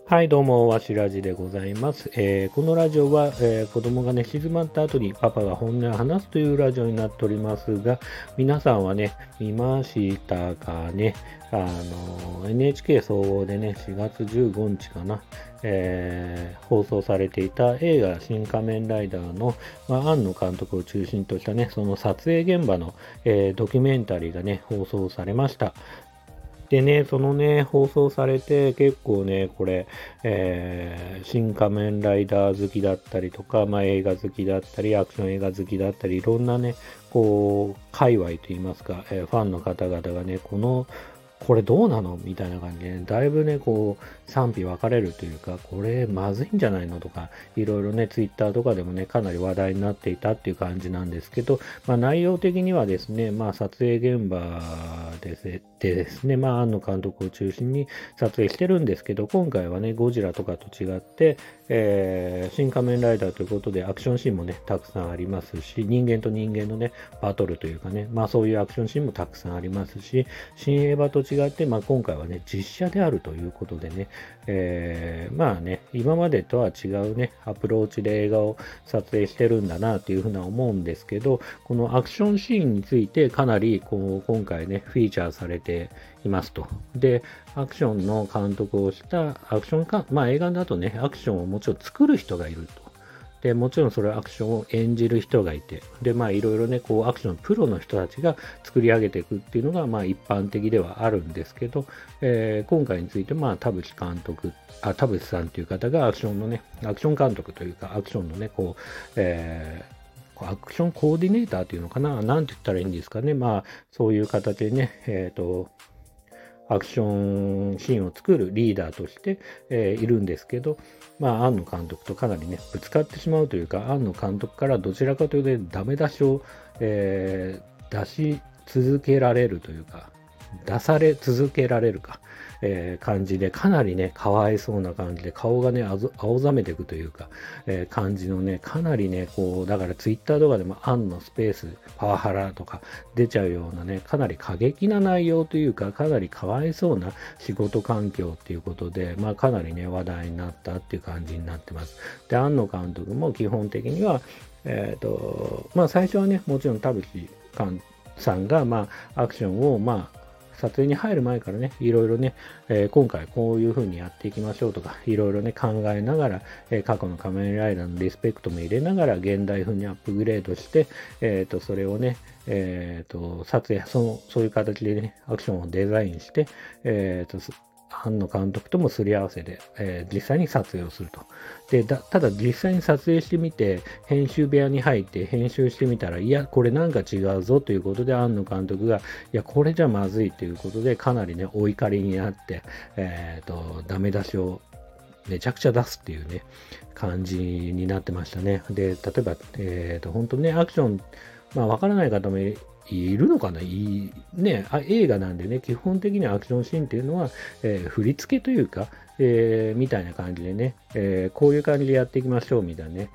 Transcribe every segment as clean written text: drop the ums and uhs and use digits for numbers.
はい、どうも、わしらじでございます。このラジオは、子供がね、静まった後にパパが本音を話すというラジオになっておりますが、皆さんはね、見ましたかね。NHK 総合でね、4月15日かな、放送されていた映画、新仮面ライダーの、庵野監督を中心としたね、その撮影現場の、ドキュメンタリーがね、放送されました。でね、そのね、放送されて、結構ね、これ、新仮面ライダー好きだったりとか、映画好きだったり、アクション映画好きだったり、いろんなね、こう、界隈といいますか、ファンの方々がね、これどうなのみたいな感じで、ね、だいぶね、こう、賛否分かれるというか、これまずいんじゃないのとか、いろいろね、ツイッターとかでもね、かなり話題になっていたっていう感じなんですけど、内容的にはですね、撮影現場ですね、庵野監督を中心に撮影してるんですけど、今回はね、ゴジラとかと違って、新仮面ライダーということで、アクションシーンもね、たくさんありますし、人間と人間のね、バトルというかね、そういうアクションシーンもたくさんありますし、新映画と違って、今回はね、実写であるということでね、今までとは違うね、アプローチで映画を撮影してるんだなというふうな思うんですけど、このアクションシーンについてかなり今回ね、フィーチャーされていますと。で、アクションの監督をしたアクションか、映画だとね、アクションをもちろん作る人がいると。で、もちろんそれはアクションを演じる人がいて、で、いろいろね、アクションプロの人たちが作り上げていくっていうのが、一般的ではあるんですけど、今回について、田淵監督、田淵さんという方がアクションのね、アクション監督というか、アクションのね、アクションコーディネーターというのかな、なんて言ったらいいんですかね、そういう形でね、アクションシーンを作るリーダーとして、いるんですけど、庵野監督とかなりね、ぶつかってしまうというか、庵野監督からどちらかというと、ダメ出しを、出し続けられるというか、出され続けられるか、感じで、かなりね、かわいそうな感じで、顔がね、青ざめていくというか、感じのね、かなりね、だからツイッターとかでも、のスペース、パワハラとか出ちゃうようなね、かなり過激な内容というか、かなりかわいそうな仕事環境っていうことで、かなりね、話題になったっていう感じになってます。で、庵野監督も基本的には、最初はね、もちろん田淵さんが、アクションを、撮影に入る前からね、いろいろね、今回こういう風にやっていきましょうとか、いろいろね、考えながら、過去の仮面ライダーのリスペクトも入れながら、現代風にアップグレードして、それをね、撮影、そういう形でね、アクションをデザインして、庵野監督ともすり合わせで、実際に撮影をすると。で、ただ実際に撮影してみて、編集部屋に入って編集してみたら、いや、これなんか違うぞということで、庵野監督が、いや、これじゃまずいということで、かなりね、お怒りになって、ダメ出しをめちゃくちゃ出すっていうね、感じになってましたね。で、例えば、本当ね、アクション、わからない方もいるのかな映画なんでね、基本的にはアクションシーンっていうのは、振り付けというか、みたいな感じでね、こういう感じでやっていきましょうみたいなね、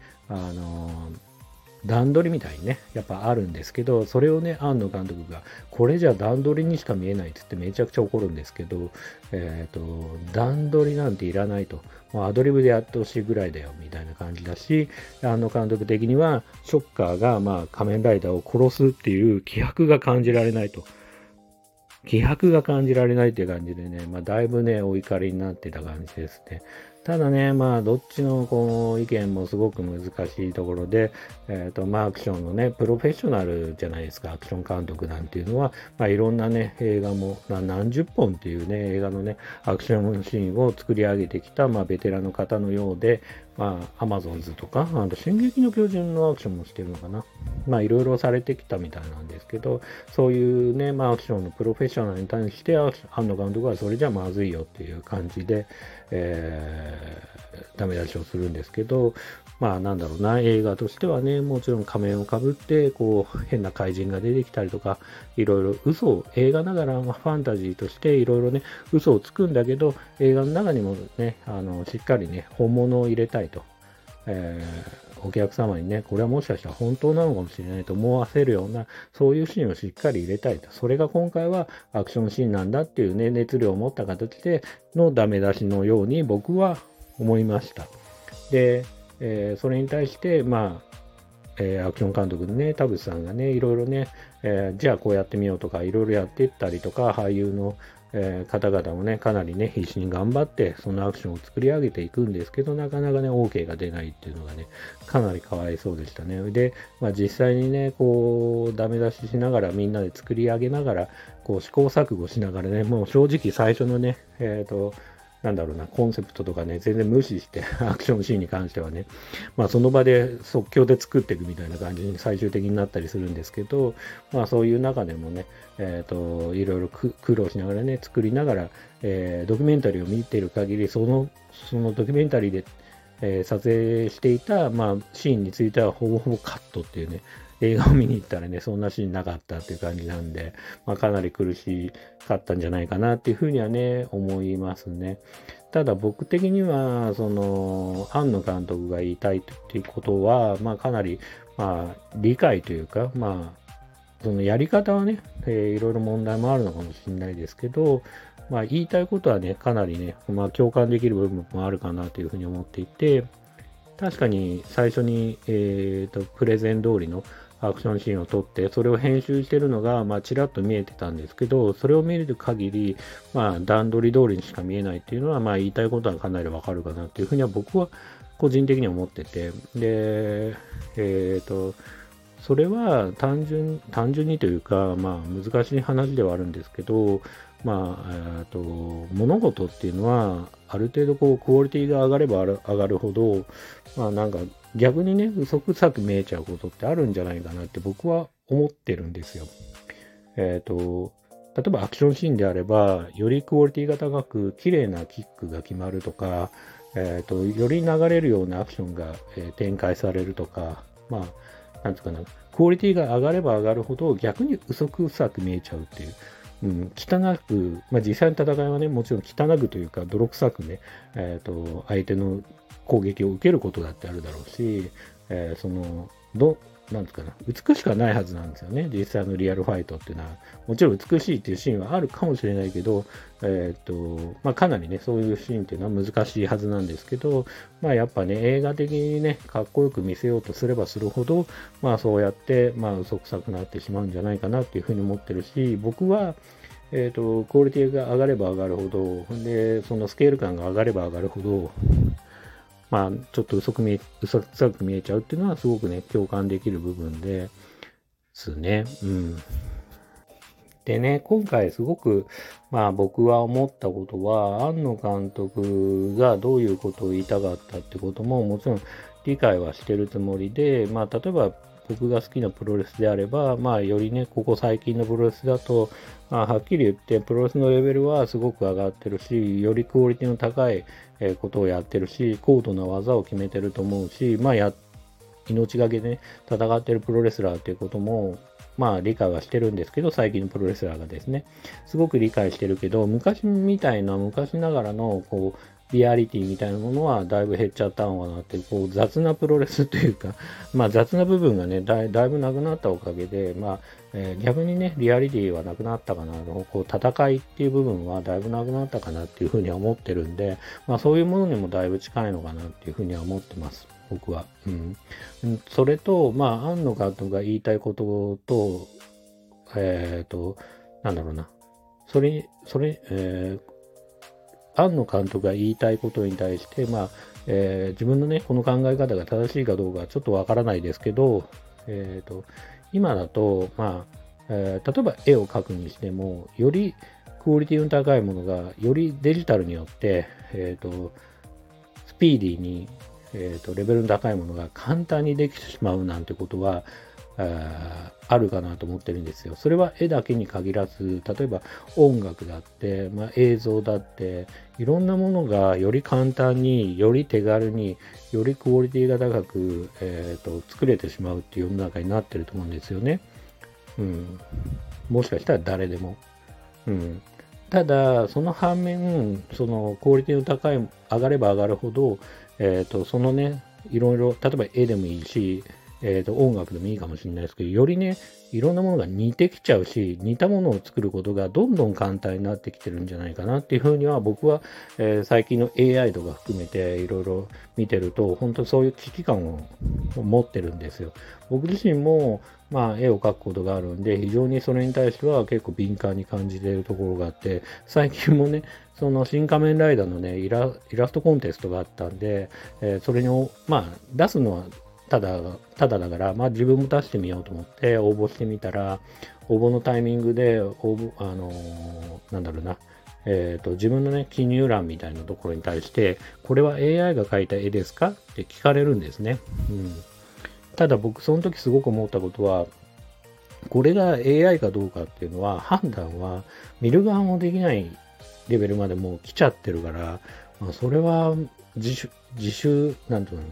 段取りみたいにね、やっぱあるんですけど、それをね、庵野監督が、これじゃ段取りにしか見えないって言ってめちゃくちゃ怒るんですけど、段取りなんていらないと。もうアドリブでやってほしいぐらいだよ、みたいな感じだし、庵野監督的には、ショッカーが、仮面ライダーを殺すっていう気迫が感じられないと。気迫が感じられないっていう感じでね、だいぶね、お怒りになってた感じですね。ただね、どっちの意見もすごく難しいところで、アクションのね、プロフェッショナルじゃないですか、アクション監督なんていうのは、いろんなね、映画も、何十本っていうね、映画のね、アクションシーンを作り上げてきた、ベテランの方のようで、アマゾンズとか、進撃の巨人のアクションもしてるのかな。いろいろされてきたみたいなんですけど、そういうね、アクションのプロフェッショナルに対して、庵野監督はそれじゃまずいよっていう感じで、ダメ出しをするんですけど、なんだろうな、映画としてはね、もちろん仮面をかぶって、変な怪人が出てきたりとか、いろいろ映画ながらファンタジーとしていろいろね、嘘をつくんだけど、映画の中にもね、しっかりね、本物を入れたいと。 お客様にね、これはもしかしたら本当なのかもしれないと思わせるような、そういうシーンをしっかり入れたいと。それが今回はアクションシーンなんだっていうね、熱量を持った形でのダメ出しのように僕は思いました。で、それに対して、アクション監督のね、田淵さんがね、いろいろね、じゃあこうやってみようとか、いろいろやっていったりとか、俳優の、方々もね、かなりね、必死に頑張って、そのアクションを作り上げていくんですけど、なかなかね、OK が出ないっていうのがね、かなりかわいそうでしたね。で、実際にね、こう、ダメ出ししながら、みんなで作り上げながら、こう、試行錯誤しながらね、もう正直最初のね、なんだろうな、コンセプトとかね、全然無視して、アクションシーンに関してはね、その場で即興で作っていくみたいな感じに最終的になったりするんですけど、そういう中でもね、いろいろ苦労しながらね、作りながら、ドキュメンタリーを見ている限り、そのドキュメンタリーで、撮影していた、シーンについてはほぼほぼカットっていうね、映画を見に行ったらね、そんなシーンなかったっていう感じなんで、かなり苦しかったんじゃないかなっていうふうにはね、思いますね。ただ僕的には、庵野監督が言いたいっていうことは、かなり、理解というか、そのやり方はね、いろいろ問題もあるのかもしれないですけど、言いたいことはね、かなりね、共感できる部分もあるかなというふうに思っていて、確かに最初に、プレゼン通りのアクションシーンを撮って、それを編集してるのが、ちらっと見えてたんですけど、それを見る限り、段取り通りにしか見えないっていうのは、言いたいことはかなりわかるかなっていうふうには僕は個人的には思ってて、で、それは単純にというか、難しい話ではあるんですけど、物事っていうのは、ある程度こう、クオリティが上がれば上がるほど、なんか逆にね、嘘くさく見えちゃうことってあるんじゃないかなって僕は思ってるんですよ。例えばアクションシーンであれば、よりクオリティが高く、綺麗なキックが決まるとか、より流れるようなアクションが、展開されるとか、なんつうかな、クオリティが上がれば上がるほど逆に嘘くさく見えちゃうっていう。汚く、実際の戦いはね、もちろん汚くというか、泥臭くね、相手の攻撃を受けることだってあるだろうし、なんですかな、美しくはないはずなんですよね、実際のリアルファイトっていうのは。もちろん美しいっていうシーンはあるかもしれないけど、かなりね、そういうシーンっていうのは難しいはずなんですけど、やっぱね、映画的にね、かっこよく見せようとすればするほど、そうやって、嘘くさくなってしまうんじゃないかなっていうふうに思ってるし、僕は、クオリティが上がれば上がるほど、で、そのスケール感が上がれば上がるほど、ちょっと嘘くさく見えちゃうっていうのはすごくね、共感できる部分ですね。でね、今回すごく、僕は思ったことは、庵野監督がどういうことを言いたかったってことももちろん理解はしてるつもりで、例えば僕が好きなプロレスであれば、よりね、ここ最近のプロレスだと、はっきり言って、プロレスのレベルはすごく上がってるし、よりクオリティの高いことをやってるし、高度な技を決めてると思うし、命がけで、ね、戦ってるプロレスラーっていうことも、理解はしてるんですけど、最近のプロレスラーがですね、すごく理解してるけど、昔ながらの、こう、リアリティみたいなものはだいぶ減っちゃったのかなって、こう、雑なプロレスというか、雑な部分がね、だいぶなくなったおかげで、逆にね、リアリティはなくなったかな、こう、戦いっていう部分はだいぶなくなったかなっていうふうには思ってるんで、そういうものにもだいぶ近いのかなっていうふうには思ってます。僕は。それと、庵野監督が言いたいことと、なんだろうな。庵野監督が言いたいことに対して、自分のね、この考え方が正しいかどうかちょっとわからないですけど、今だと、例えば絵を描くにしても、よりクオリティの高いものが、よりデジタルによって、スピーディーに、レベルの高いものが簡単にできてしまうなんてことは、あるかなと思ってるんですよ。それは絵だけに限らず、例えば音楽だって、映像だって、いろんなものがより簡単に、より手軽に、よりクオリティが高く、作れてしまうっていう世の中になってると思うんですよね。もしかしたら誰でも。ただ、その反面、そのクオリティの高い、上がれば上がるほど、そのね、 いろいろ、例えば絵でもいいし、音楽でもいいかもしれないですけど、よりね、いろんなものが似てきちゃうし、似たものを作ることがどんどん簡単になってきてるんじゃないかなっていうふうには、僕は、最近の AI とか含めていろいろ見てると、本当にそういう危機感を持ってるんですよ。僕自身も、絵を描くことがあるんで、非常にそれに対しては結構敏感に感じているところがあって、最近もね、その新仮面ライダーのね、イラストコンテストがあったんで、それに、出すのはただだから、自分も出してみようと思って応募してみたら、応募のタイミングで、自分のね、記入欄みたいなところに対して、これは AI が描いた絵ですかって聞かれるんですね。ただ僕、その時すごく思ったことは、これが AI かどうかっていうのは、判断は見る側もできないレベルまでもう来ちゃってるから、それは自主、なんていうの、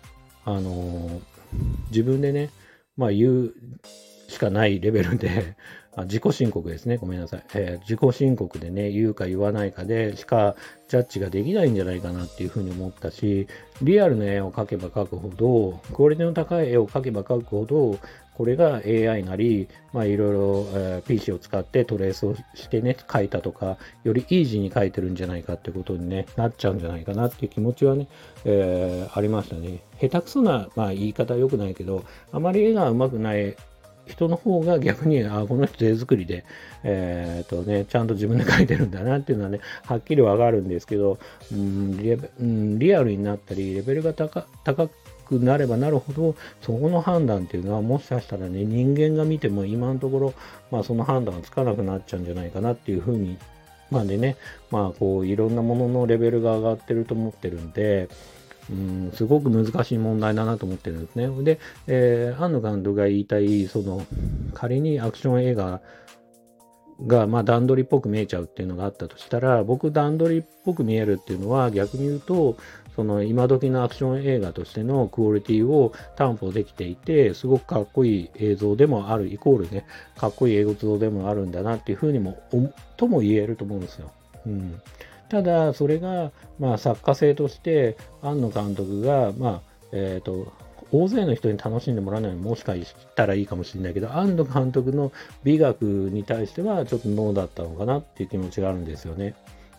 自分でね、言うしかないレベルで、自己申告ですね。ごめんなさい。自己申告でね、言うか言わないかでしかジャッジができないんじゃないかなっていうふうに思ったし、リアルな絵を描けば描くほど、クオリティの高い絵を描けば描くほど、これが AI なり、いろいろ、PC を使ってトレースをしてね、描いたとか、よりイージーに描いてるんじゃないかってことに、ね、なっちゃうんじゃないかなっていう気持ちはね、ありましたね。下手くそな、言い方は良くないけど、あまり絵が上手くない人の方が逆に、この人絵作りで、ちゃんと自分で描いてるんだなっていうのはね、はっきりわかるんですけど、リアルになったり、レベルが高くなればなるほど、そこの判断っていうのは、もしかしたらね、人間が見ても今のところ、その判断がつかなくなっちゃうんじゃないかなっていうふうに、でね、こう、いろんなもののレベルが上がってると思ってるんで、すごく難しい問題だなと思ってるんですね。で、庵野監督が言いたい、仮にアクション映画が、段取りっぽく見えちゃうっていうのがあったとしたら、僕、段取りっぽく見えるっていうのは、逆に言うと、今時のアクション映画としてのクオリティを担保できていて、すごくかっこいい映像でもある、イコールね、かっこいい映像でもあるんだなっていうふうにも、とも言えると思うんですよ。ただ、それが、作家性として、庵野監督が、大勢の人に楽しんでもらうのはもしかしたらいいかもしれないけど、庵野監督の美学に対してはちょっとノーだったのかなっていう気持ちがあるんですよね。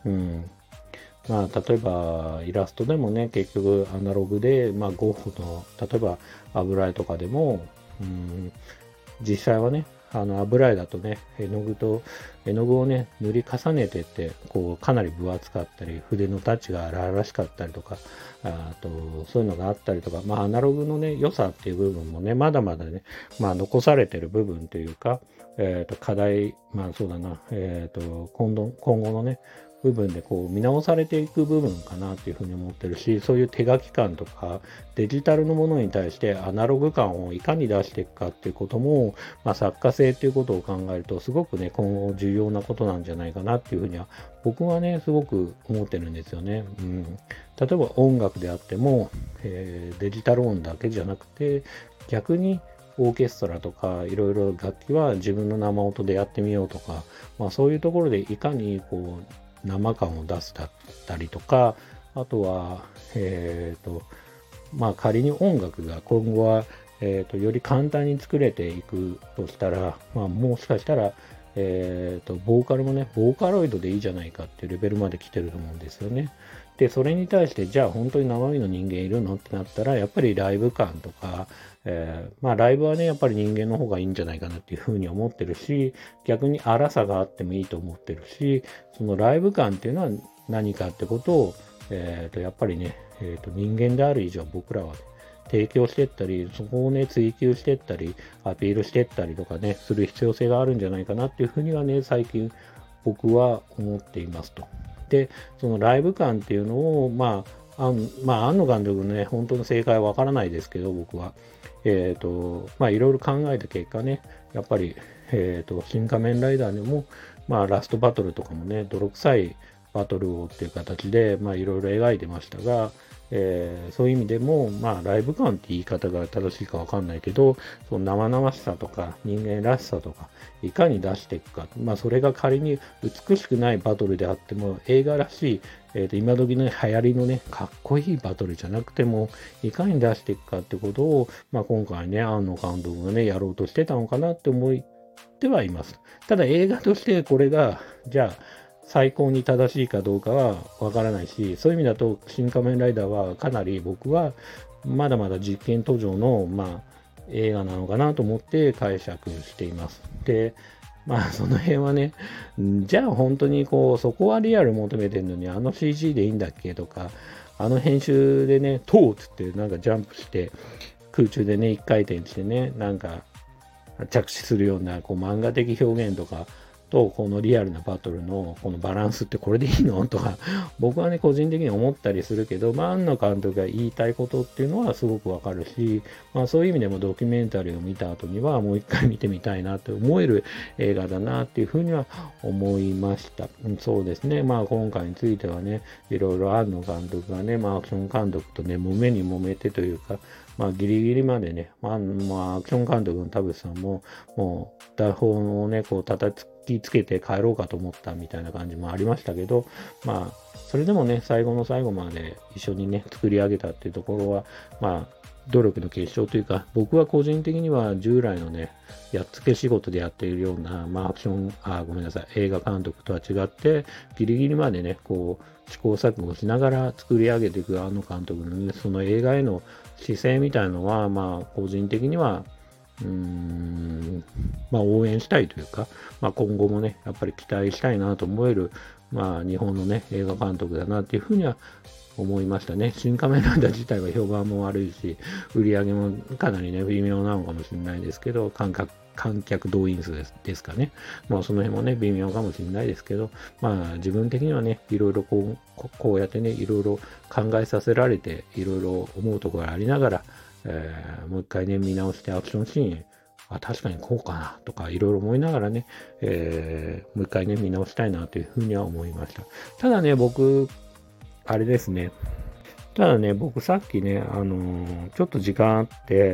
例えばイラストでもね、結局アナログで、ゴッホの、例えば油絵とかでも、実際はね、油絵だとね、絵の具をね、塗り重ねてって、こう、かなり分厚かったり、筆のタッチが荒々しかったりとか、そういうのがあったりとか、アナログのね、良さっていう部分もね、まだまだね、残されてる部分というか、課題、そうだな、今後のね、部分でこう見直されていく部分かなっていうふうに思ってるし、そういう手書き感とかデジタルのものに対してアナログ感をいかに出していくかっていうことも、作家性っていうことを考えるとすごくね、今後重要なことなんじゃないかなっていうふうには僕はね、すごく思ってるんですよね。例えば音楽であっても、デジタル音だけじゃなくて、逆にオーケストラとかいろいろ楽器は自分の生音でやってみようとか、そういうところでいかにこう生感を出すだったりとか、あとは、仮に音楽が今後は、より簡単に作れていくとしたら、もしかしたら、ボーカルもね、ボーカロイドでいいじゃないかっていうレベルまで来てると思うんですよね。で、それに対して、じゃあ本当に生身の人間いるのってなったら、やっぱりライブ感とか、ライブはね、やっぱり人間の方がいいんじゃないかなっていうふうに思ってるし、逆に荒さがあってもいいと思ってるし、そのライブ感っていうのは何かってことを、やっぱりね、人間である以上僕らは、ね、提供していったり、そこをね、追求していったり、アピールしていったりとかね、する必要性があるんじゃないかなっていうふうにはね、最近僕は思っていますと。で、そのライブ感っていうのを、庵野監督のね、本当の正解はわからないですけど、僕は。いろいろ考えた結果ね、やっぱり、新仮面ライダーでも、ラストバトルとかもね、泥臭いバトルをっていう形で、いろいろ描いてましたが、 そういう意味でも、まあ、ライブ感って言い方が正しいかわかんないけど、その生々しさとか人間らしさとか、いかに出していくか。まあ、それが仮に美しくないバトルであっても、映画らしい、今時の流行りのね、かっこいいバトルじゃなくても、いかに出していくかってことを、まあ、今回ね、庵野監督がね、やろうとしてたのかなって思ってはいます。ただ映画としてこれが、じゃあ、最高に正しいかどうかはわからないし、そういう意味だと、新仮面ライダーはかなり僕はまだまだ実験途上の、まあ、映画なのかなと思って解釈しています。で、まあその辺はね、じゃあ本当にこう、そこはリアル求めてるのに、あの CG でいいんだっけとか、あの編集でね、トーっつってなんかジャンプして、空中でね、一回転してね、なんか着地するようなこう漫画的表現とかとこのリアルなバトルのこのバランスってこれでいいのとか僕はね個人的に思ったりするけど、まあ、庵野監督が言いたいことっていうのはすごくわかるし、まあ、そういう意味でもドキュメンタリーを見た後にはもう一回見てみたいなと思える映画だなっていうふうには思いました。そうですね。まあ今回についてはね、いろいろ庵野監督がね、まあアクション監督とね、揉めに揉めてというか、まあギリギリまでね、まあアクション監督の田淵さんも、もう台本をね、こう叩きつけて帰ろうかと思ったみたいな感じもありましたけど、まあ、それでもね、最後の最後まで一緒にね、作り上げたっていうところは、まあ、努力の結晶というか、僕は個人的には従来のね、やっつけ仕事でやっているような、まあ、アクション、ごめんなさい、映画監督とは違って、ギリギリまでね、こう、試行錯誤しながら作り上げていくあの監督のね、その映画への姿勢みたいのは、まあ、個人的には、まあ、応援したいというか、まあ、今後もね、やっぱり期待したいなと思える、まあ、日本のね、映画監督だなっていうふうには思いましたね。新仮面ライダー自体は評判も悪いし、売り上げもかなりね、微妙なのかもしれないですけど、観客動員数ですかね。まあその辺もね、微妙かもしれないですけど、まあ自分的にはね、いろいろこうやってね、いろいろ考えさせられて、いろいろ思うところがありながら、もう一回ね、見直してアクションシーン、確かにこうかなとかいろいろ思いながらね、もう一回ね、見直したいなというふうには思いました。ただね、僕、あれですね。ただね、僕さっきね、ちょっと時間あって、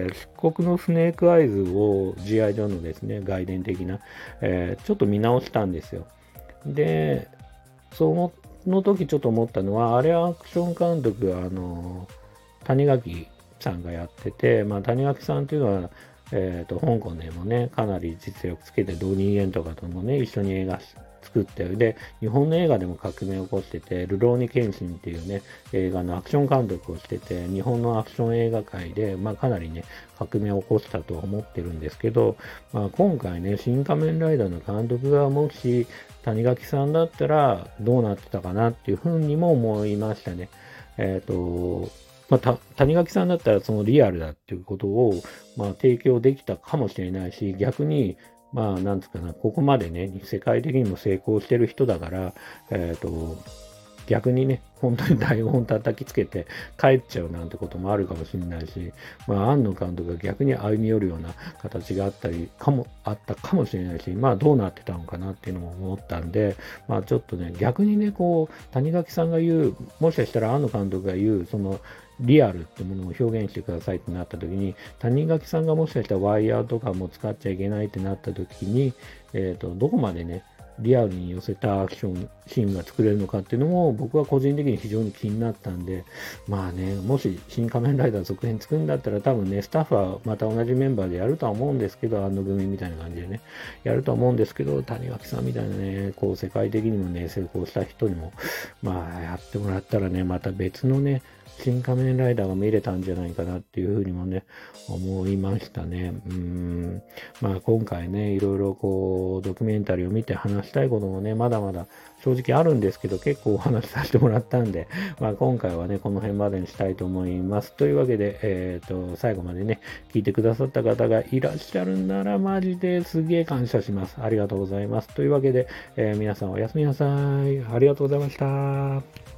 漆黒のスネークアイズを G.I. ジョーのですね、外伝的な、ちょっと見直したんですよ。で、その時ちょっと思ったのは、あれはアクション監督、谷垣さんがやってて、まあ、谷垣さんっていうのは、香港でもね、かなり実力つけて、ドニー・イエンとかともね、一緒に映画作ってる。で、日本の映画でも革命を起こしてて、ルローニケンシンっていうね、映画のアクション監督をしてて、日本のアクション映画界で、まあかなりね、革命を起こしたとは思ってるんですけど、まあ今回ね、新仮面ライダーの監督がもし谷垣さんだったらどうなってたかなっていうふうにも思いましたね。まあ、谷垣さんだったらそのリアルだっていうことを、まあ、提供できたかもしれないし、逆に、まあ、なんつうかな、ここまでね、世界的にも成功してる人だから、逆にね、本当に台本叩きつけて帰っちゃうなんてこともあるかもしれないし、まあ、庵野監督が逆に歩み寄るような形があったかもしれないし、まあ、どうなってたのかなっていうのも思ったんで、まあ、ちょっとね、逆にね、こう、谷垣さんが言う、もしかしたら庵野監督が言う、その、リアルってものを表現してくださいってなった時に、谷垣さんがもしかしたらワイヤーとかも使っちゃいけないってなった時に、どこまでね、リアルに寄せたアクションシーンが作れるのかっていうのも僕は個人的に非常に気になったんで、まあね、もし新仮面ライダー続編作るんだったら多分ね、スタッフはまた同じメンバーでやるとは思うんですけど、組みたいな感じでね、やるとは思うんですけど、谷垣さんみたいなね、こう世界的にもね、成功した人にも、まあやってもらったらね、また別のね、新仮面ライダーが見れたんじゃないかなっていうふうにもね、思いましたね。まあ今回ね、いろいろこう、ドキュメンタリーを見て話したいこともね、まだまだ正直あるんですけど、結構お話しさせてもらったんで、まあ今回はね、この辺までにしたいと思います。というわけで、最後までね、聞いてくださった方がいらっしゃるなら、マジですげえ感謝します。ありがとうございます。というわけで、皆さんおやすみなさい。ありがとうございました。